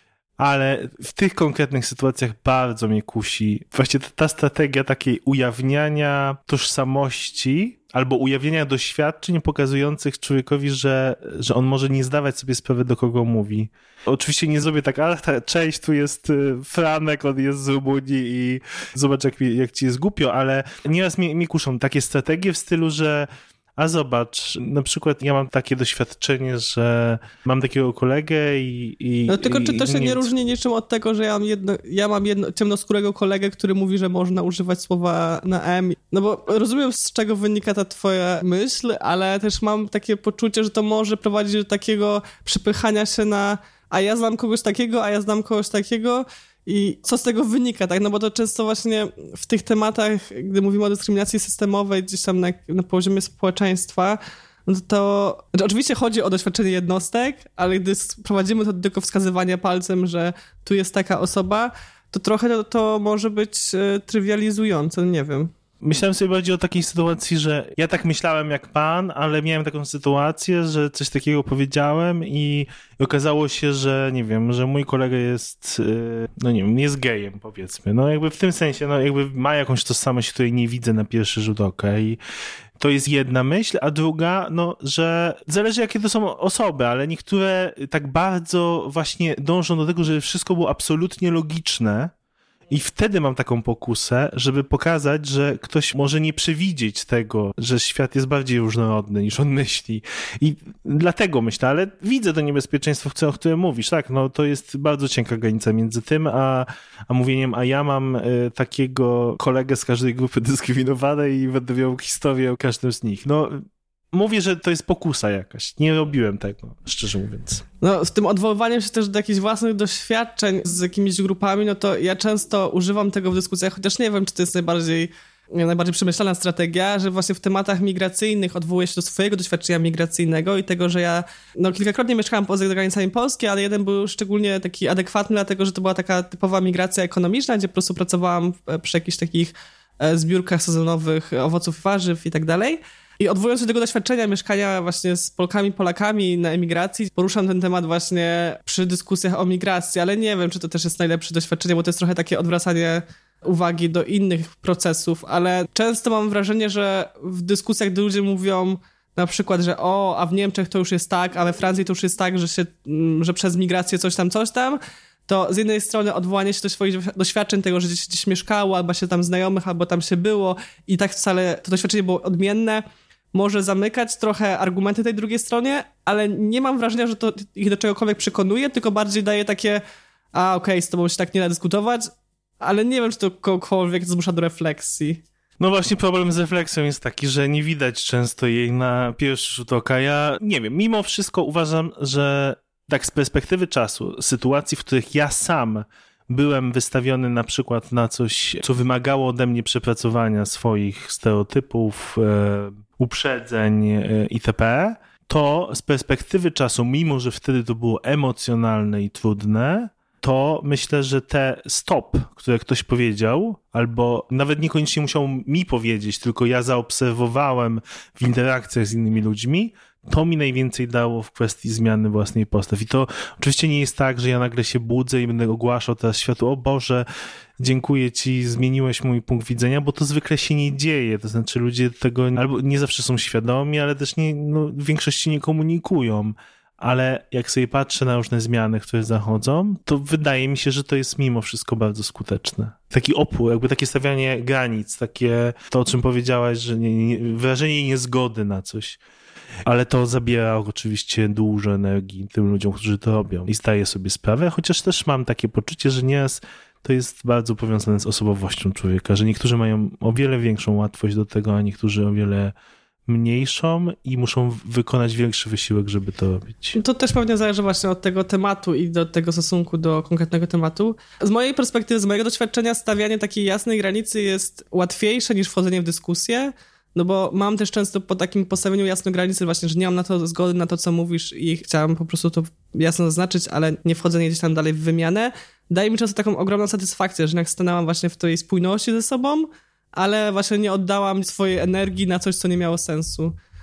ale w tych konkretnych sytuacjach bardzo mnie kusi właśnie ta, ta strategia takiej ujawniania tożsamości albo ujawniania doświadczeń pokazujących człowiekowi, że, że on może nie zdawać sobie sprawy, do kogo mówi. Oczywiście nie zrobię tak, ale ta, cześć, tu jest Franek, on jest z Rumunii i zobacz, jak, jak ci jest głupio, ale nieraz mnie, mnie kuszą takie strategie w stylu, że a zobacz, na przykład ja mam takie doświadczenie, że mam takiego kolegę i... i no tylko i, czy to się nie, nie różni niczym od tego, że ja mam, jedno, ja mam jedno, ciemnoskórego kolegę, który mówi, że można używać słowa na M. No bo rozumiem, z czego wynika ta twoja myśl, ale też mam takie poczucie, że to może prowadzić do takiego przepychania się na a ja znam kogoś takiego, a ja znam kogoś takiego. I co z tego wynika, tak? No bo to często właśnie w tych tematach, gdy mówimy o dyskryminacji systemowej gdzieś tam na, na poziomie społeczeństwa, no to znaczy oczywiście chodzi o doświadczenie jednostek, ale gdy prowadzimy to do tylko wskazywania palcem, że tu jest taka osoba, to trochę to, to może być e, trywializujące, nie wiem. Myślałem sobie bardziej o takiej sytuacji, że ja tak myślałem jak pan, ale miałem taką sytuację, że coś takiego powiedziałem i okazało się, że nie wiem, że mój kolega jest, no nie wiem, jest gejem, powiedzmy. No jakby w tym sensie, no jakby ma jakąś tożsamość, której nie widzę na pierwszy rzut oka i to jest jedna myśl, a druga, no, że zależy jakie to są osoby, ale niektóre tak bardzo właśnie dążą do tego, żeby wszystko było absolutnie logiczne. I wtedy mam taką pokusę, żeby pokazać, że ktoś może nie przewidzieć tego, że świat jest bardziej różnorodny niż on myśli. I dlatego myślę, ale widzę to niebezpieczeństwo, o którym mówisz. Tak, no to jest bardzo cienka granica między tym, a, a mówieniem, a ja mam y, takiego kolegę z każdej grupy dyskryminowanej i będę miał historię o każdym z nich. No, mówię, że to jest pokusa jakaś. Nie robiłem tego, szczerze mówiąc. No, w tym odwoływaniem się też do jakichś własnych doświadczeń z jakimiś grupami, no to ja często używam tego w dyskusjach, chociaż nie wiem, czy to jest najbardziej, najbardziej przemyślana strategia, że właśnie w tematach migracyjnych odwołuję się do swojego doświadczenia migracyjnego i tego, że ja no, kilkakrotnie mieszkałam poza granicami Polski, ale jeden był szczególnie taki adekwatny, dlatego że to była taka typowa migracja ekonomiczna, gdzie po prostu pracowałam przy jakichś takich zbiórkach sezonowych owoców i warzyw i tak dalej. I odwołując się do tego doświadczenia mieszkania właśnie z Polkami, Polakami na emigracji, poruszam ten temat właśnie przy dyskusjach o migracji, ale nie wiem, czy to też jest najlepsze doświadczenie, bo to jest trochę takie odwracanie uwagi do innych procesów, ale często mam wrażenie, że w dyskusjach, gdy ludzie mówią na przykład, że o, a w Niemczech to już jest tak, a we Francji to już jest tak, że, się, że przez migrację coś tam, coś tam, to z jednej strony odwołanie się do swoich doświadczeń, tego, że gdzieś, gdzieś mieszkało, albo się tam znajomych, albo tam się było i tak wcale to doświadczenie było odmienne, może zamykać trochę argumenty tej drugiej stronie, ale nie mam wrażenia, że to ich do czegokolwiek przekonuje, tylko bardziej daje takie a okej, okay, z tobą się tak nie da dyskutować, ale nie wiem, czy to kogokolwiek zmusza do refleksji. No właśnie problem z refleksją jest taki, że nie widać często jej na pierwszy rzut oka. Ja nie wiem, mimo wszystko uważam, że tak z perspektywy czasu, sytuacji, w których ja sam byłem wystawiony na przykład na coś, co wymagało ode mnie przepracowania swoich stereotypów, e, uprzedzeń e, itp., to z perspektywy czasu, mimo że wtedy to było emocjonalne i trudne, to myślę, że te stop, które ktoś powiedział, albo nawet niekoniecznie musiał mi powiedzieć, tylko ja zaobserwowałem w interakcjach z innymi ludźmi, to mi najwięcej dało w kwestii zmiany własnej postaw. I to oczywiście nie jest tak, że ja nagle się budzę i będę ogłaszał teraz światu, o Boże, dziękuję ci, zmieniłeś mój punkt widzenia, bo to zwykle się nie dzieje. To znaczy ludzie tego albo nie zawsze są świadomi, ale też nie, no, w większości nie komunikują. Ale jak sobie patrzę na różne zmiany, które zachodzą, to wydaje mi się, że to jest mimo wszystko bardzo skuteczne. Taki opór, jakby takie stawianie granic, takie to, o czym powiedziałaś, że nie, nie, wyrażenie niezgody na coś. Ale to zabiera oczywiście dużo energii tym ludziom, którzy to robią. I zdaję sobie sprawę, chociaż też mam takie poczucie, że nieraz to jest bardzo powiązane z osobowością człowieka, że niektórzy mają o wiele większą łatwość do tego, a niektórzy o wiele mniejszą i muszą wykonać większy wysiłek, żeby to robić. To też pewnie zależy właśnie od tego tematu i do tego stosunku do konkretnego tematu. Z mojej perspektywy, z mojego doświadczenia, stawianie takiej jasnej granicy jest łatwiejsze niż wchodzenie w dyskusję, no bo mam też często po takim postawieniu jasnej granicy właśnie, że nie mam na to zgody na to, co mówisz i chciałam po prostu to jasno zaznaczyć, ale nie wchodzenie gdzieś tam dalej w wymianę. Daje mi często taką ogromną satysfakcję, że jak stanęłam właśnie w tej spójności ze sobą, ale właśnie nie oddałam swojej energii na coś, co nie miało sensu.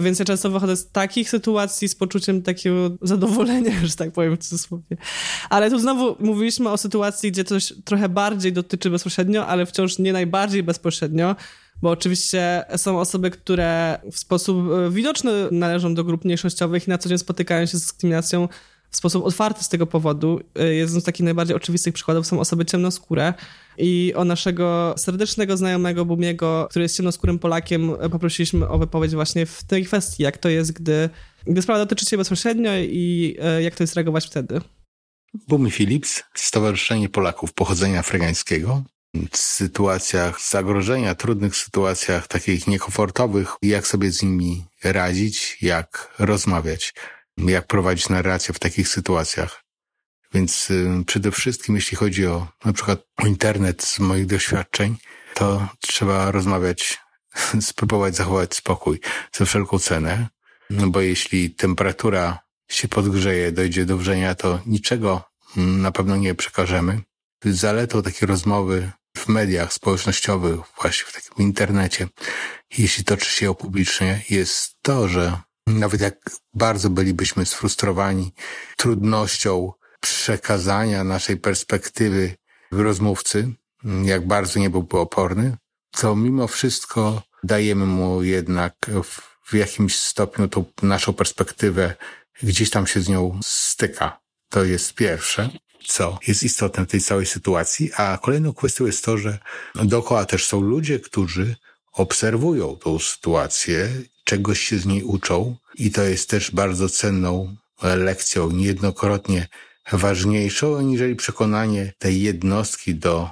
Więc ja często wychodzę z takich sytuacji z poczuciem takiego zadowolenia, że tak powiem w cudzysłowie. Ale tu znowu mówiliśmy o sytuacji, gdzie coś trochę bardziej dotyczy bezpośrednio, ale wciąż nie najbardziej bezpośrednio, bo oczywiście są osoby, które w sposób widoczny należą do grup mniejszościowych i na co dzień spotykają się z dyskryminacją w sposób otwarty z tego powodu. Jednym z takich najbardziej oczywistych przykładów są osoby ciemnoskóre i o naszego serdecznego znajomego Bumiego, który jest ciemnoskórym Polakiem, poprosiliśmy o wypowiedź właśnie w tej kwestii, jak to jest, gdy, gdy sprawa dotyczy ciebie bezpośrednio i jak to jest reagować wtedy. Bumi Philips, Stowarzyszenie Polaków Pochodzenia Afrykańskiego. W sytuacjach zagrożenia, trudnych sytuacjach, takich niekomfortowych, jak sobie z nimi radzić, jak rozmawiać, jak prowadzić narrację w takich sytuacjach. Więc y, przede wszystkim, jeśli chodzi o na przykład o internet z moich doświadczeń, to trzeba rozmawiać, spróbować zachować spokój za wszelką cenę, no bo jeśli temperatura się podgrzeje, dojdzie do wrzenia, to niczego na pewno nie przekażemy. Zaletą takiej rozmowy w mediach społecznościowych, właśnie w takim internecie, jeśli toczy się upublicznie, jest to, że nawet jak bardzo bylibyśmy sfrustrowani trudnością przekazania naszej perspektywy rozmówcy, jak bardzo nie byłby oporny, to mimo wszystko dajemy mu jednak w, w jakimś stopniu tą naszą perspektywę, gdzieś tam się z nią styka. To jest pierwsze, co jest istotne w tej całej sytuacji. A kolejną kwestią jest to, że dookoła też są ludzie, którzy obserwują tą sytuację, czegoś się z niej uczą i to jest też bardzo cenną lekcją, niejednokrotnie ważniejszą, aniżeli przekonanie tej jednostki do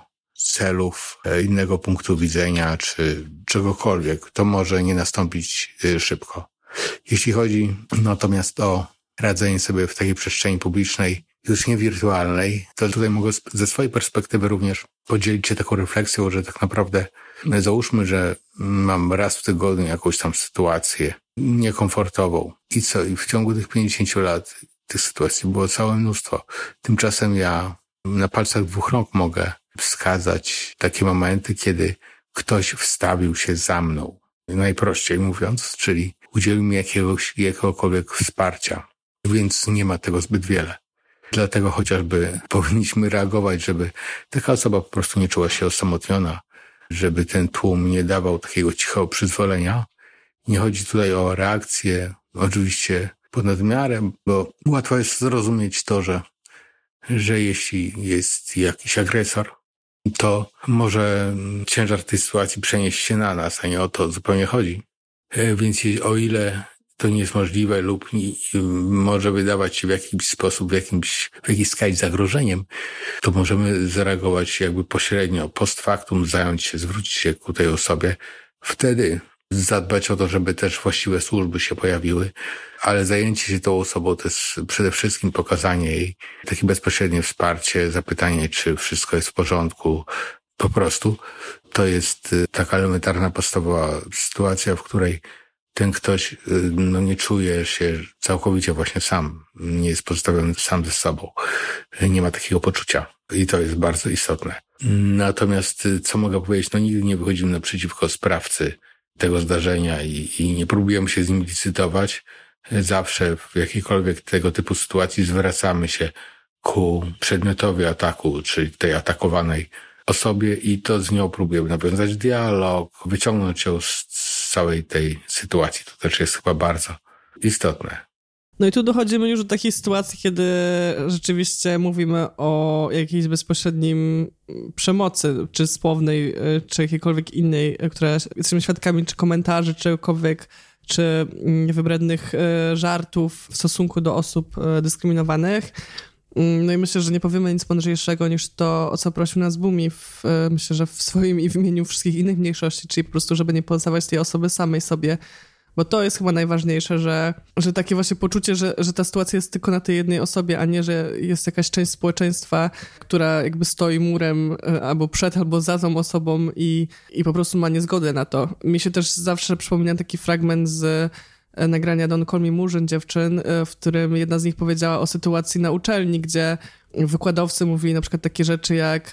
celów innego punktu widzenia czy czegokolwiek. To może nie nastąpić szybko. Jeśli chodzi natomiast o radzenie sobie w takiej przestrzeni publicznej, już nie wirtualnej, to tutaj mogę ze swojej perspektywy również podzielić się taką refleksją, że tak naprawdę załóżmy, że mam raz w tygodniu jakąś tam sytuację niekomfortową. I co? I w ciągu tych pięćdziesięciu lat tych sytuacji było całe mnóstwo. Tymczasem ja na palcach dwóch rąk mogę wskazać takie momenty, kiedy ktoś wstawił się za mną. Najprościej mówiąc, czyli udzielił mi jakiegoś, jakiegokolwiek wsparcia. Więc nie ma tego zbyt wiele. Dlatego chociażby powinniśmy reagować, żeby taka osoba po prostu nie czuła się osamotniona, żeby ten tłum nie dawał takiego cichego przyzwolenia. Nie chodzi tutaj o reakcję, oczywiście pod nadmiarem, bo łatwo jest zrozumieć to, że, że jeśli jest jakiś agresor, to może ciężar tej sytuacji przenieść się na nas, a nie o to zupełnie chodzi. Więc o ile to nie jest możliwe lub może wydawać się w jakiś sposób, w jakimś, w jakiejś skali zagrożeniem, to możemy zareagować jakby pośrednio, post factum, zająć się, zwrócić się ku tej osobie. Wtedy zadbać o to, żeby też właściwe służby się pojawiły, ale zajęcie się tą osobą to jest przede wszystkim pokazanie jej takie bezpośrednie wsparcie, zapytanie, czy wszystko jest w porządku. Po prostu to jest taka elementarna, podstawowa sytuacja, w której ten ktoś no, nie czuje się całkowicie właśnie sam, nie jest pozostawiony sam ze sobą, nie ma takiego poczucia i to jest bardzo istotne. Natomiast co mogę powiedzieć, no nigdy nie wychodzimy naprzeciwko sprawcy tego zdarzenia i, i nie próbujemy się z nim licytować. Zawsze w jakiejkolwiek tego typu sytuacji zwracamy się ku przedmiotowi ataku, czyli tej atakowanej osobie i to z nią próbujemy nawiązać dialog, wyciągnąć ją z, z całej tej sytuacji. To też jest chyba bardzo istotne. No i tu dochodzimy już do takiej sytuacji, kiedy rzeczywiście mówimy o jakiejś bezpośrednim przemocy, czy słownej, czy jakiejkolwiek innej, która jesteśmy świadkami, czy komentarzy, czegokolwiek, czy wybrednych żartów w stosunku do osób dyskryminowanych. No i myślę, że nie powiemy nic mądrzejszego niż to, o co prosił nas Bumi, w, myślę, że w swoim i w imieniu wszystkich innych mniejszości, czyli po prostu, żeby nie pozostawać tej osoby samej sobie, bo to jest chyba najważniejsze, że, że takie właśnie poczucie, że, że ta sytuacja jest tylko na tej jednej osobie, a nie, że jest jakaś część społeczeństwa, która jakby stoi murem albo przed, albo za tą osobą i, i po prostu ma niezgodę na to. Mi się też zawsze przypomina taki fragment z nagrania Don't Call Me Murzyn dziewczyn, w którym jedna z nich powiedziała o sytuacji na uczelni, gdzie wykładowcy mówili na przykład takie rzeczy jak,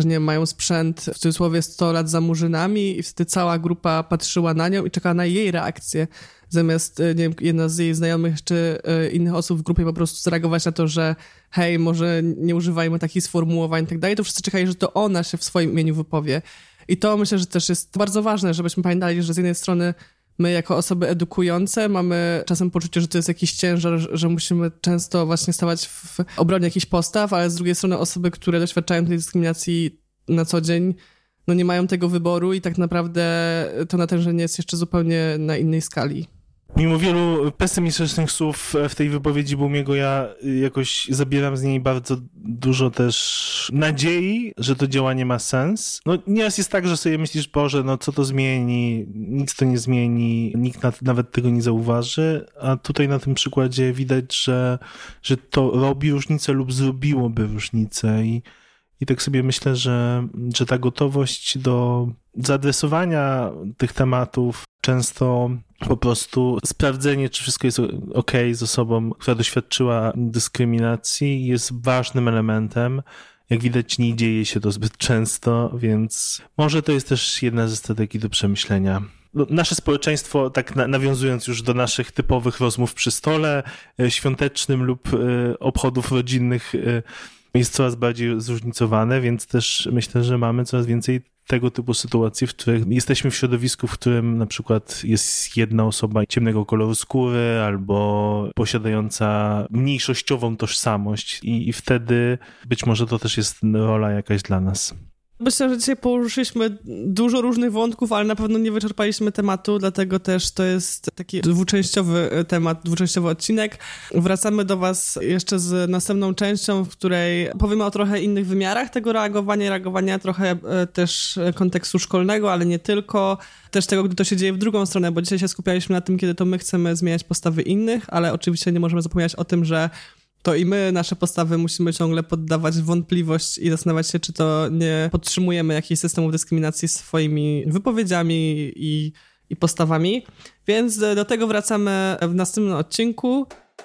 że nie wiem, mają sprzęt w cudzysłowie sto lat za murzynami i wtedy cała grupa patrzyła na nią i czekała na jej reakcję. Zamiast, nie wiem, jedna z jej znajomych czy innych osób w grupie po prostu zareagować na to, że hej, może nie używajmy takich sformułowań i tak dalej, to wszyscy czekali, że to ona się w swoim imieniu wypowie. I to myślę, że też jest bardzo ważne, żebyśmy pamiętali, że z jednej strony my jako osoby edukujące mamy czasem poczucie, że to jest jakiś ciężar, że musimy często właśnie stawać w obronie jakichś postaw, ale z drugiej strony osoby, które doświadczają tej dyskryminacji na co dzień, no nie mają tego wyboru i tak naprawdę to natężenie jest jeszcze zupełnie na innej skali. Mimo wielu pesymistycznych słów w tej wypowiedzi Baumiego, ja jakoś zabieram z niej bardzo dużo też nadziei, że to działanie ma sens. No nieraz jest tak, że sobie myślisz, Boże, no co to zmieni, nic to nie zmieni, nikt nawet tego nie zauważy, a tutaj na tym przykładzie widać, że, że to robi różnicę lub zrobiłoby różnicę i I tak sobie myślę, że, że ta gotowość do zaadresowania tych tematów, często po prostu sprawdzenie, czy wszystko jest ok z osobą, która doświadczyła dyskryminacji, jest ważnym elementem. Jak widać, nie dzieje się to zbyt często, więc może to jest też jedna ze strategii do przemyślenia. Nasze społeczeństwo, tak nawiązując już do naszych typowych rozmów przy stole świątecznym lub obchodów rodzinnych, jest coraz bardziej zróżnicowane, więc też myślę, że mamy coraz więcej tego typu sytuacji, w których jesteśmy w środowisku, w którym na przykład jest jedna osoba ciemnego koloru skóry albo posiadająca mniejszościową tożsamość i, i wtedy być może to też jest rola jakaś dla nas. Myślę, że dzisiaj poruszyliśmy dużo różnych wątków, ale na pewno nie wyczerpaliśmy tematu, dlatego też to jest taki dwuczęściowy temat, dwuczęściowy odcinek. Wracamy do was jeszcze z następną częścią, w której powiemy o trochę innych wymiarach tego reagowania, reagowania trochę też kontekstu szkolnego, ale nie tylko, też tego, gdy to się dzieje w drugą stronę, bo dzisiaj się skupialiśmy na tym, kiedy to my chcemy zmieniać postawy innych, ale oczywiście nie możemy zapominać o tym, że to i my nasze postawy musimy ciągle poddawać w wątpliwość i zastanawiać się, czy to nie podtrzymujemy jakichś systemów dyskryminacji swoimi wypowiedziami i, i postawami. Więc do tego wracamy w następnym odcinku.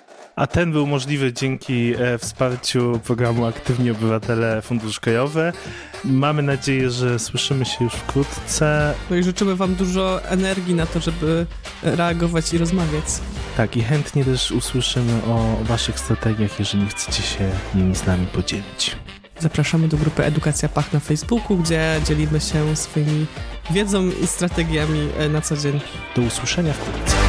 A ten był możliwy dzięki e, wsparciu programu Aktywni Obywatele Fundusz Krajowy. Mamy nadzieję, że słyszymy się już wkrótce. No i życzymy wam dużo energii na to, żeby reagować i rozmawiać. Tak, i chętnie też usłyszymy o waszych strategiach, jeżeli chcecie się nimi z nami podzielić. Zapraszamy do grupy Edukacja Pach na Facebooku, gdzie dzielimy się swoimi wiedzą i strategiami na co dzień. Do usłyszenia wkrótce.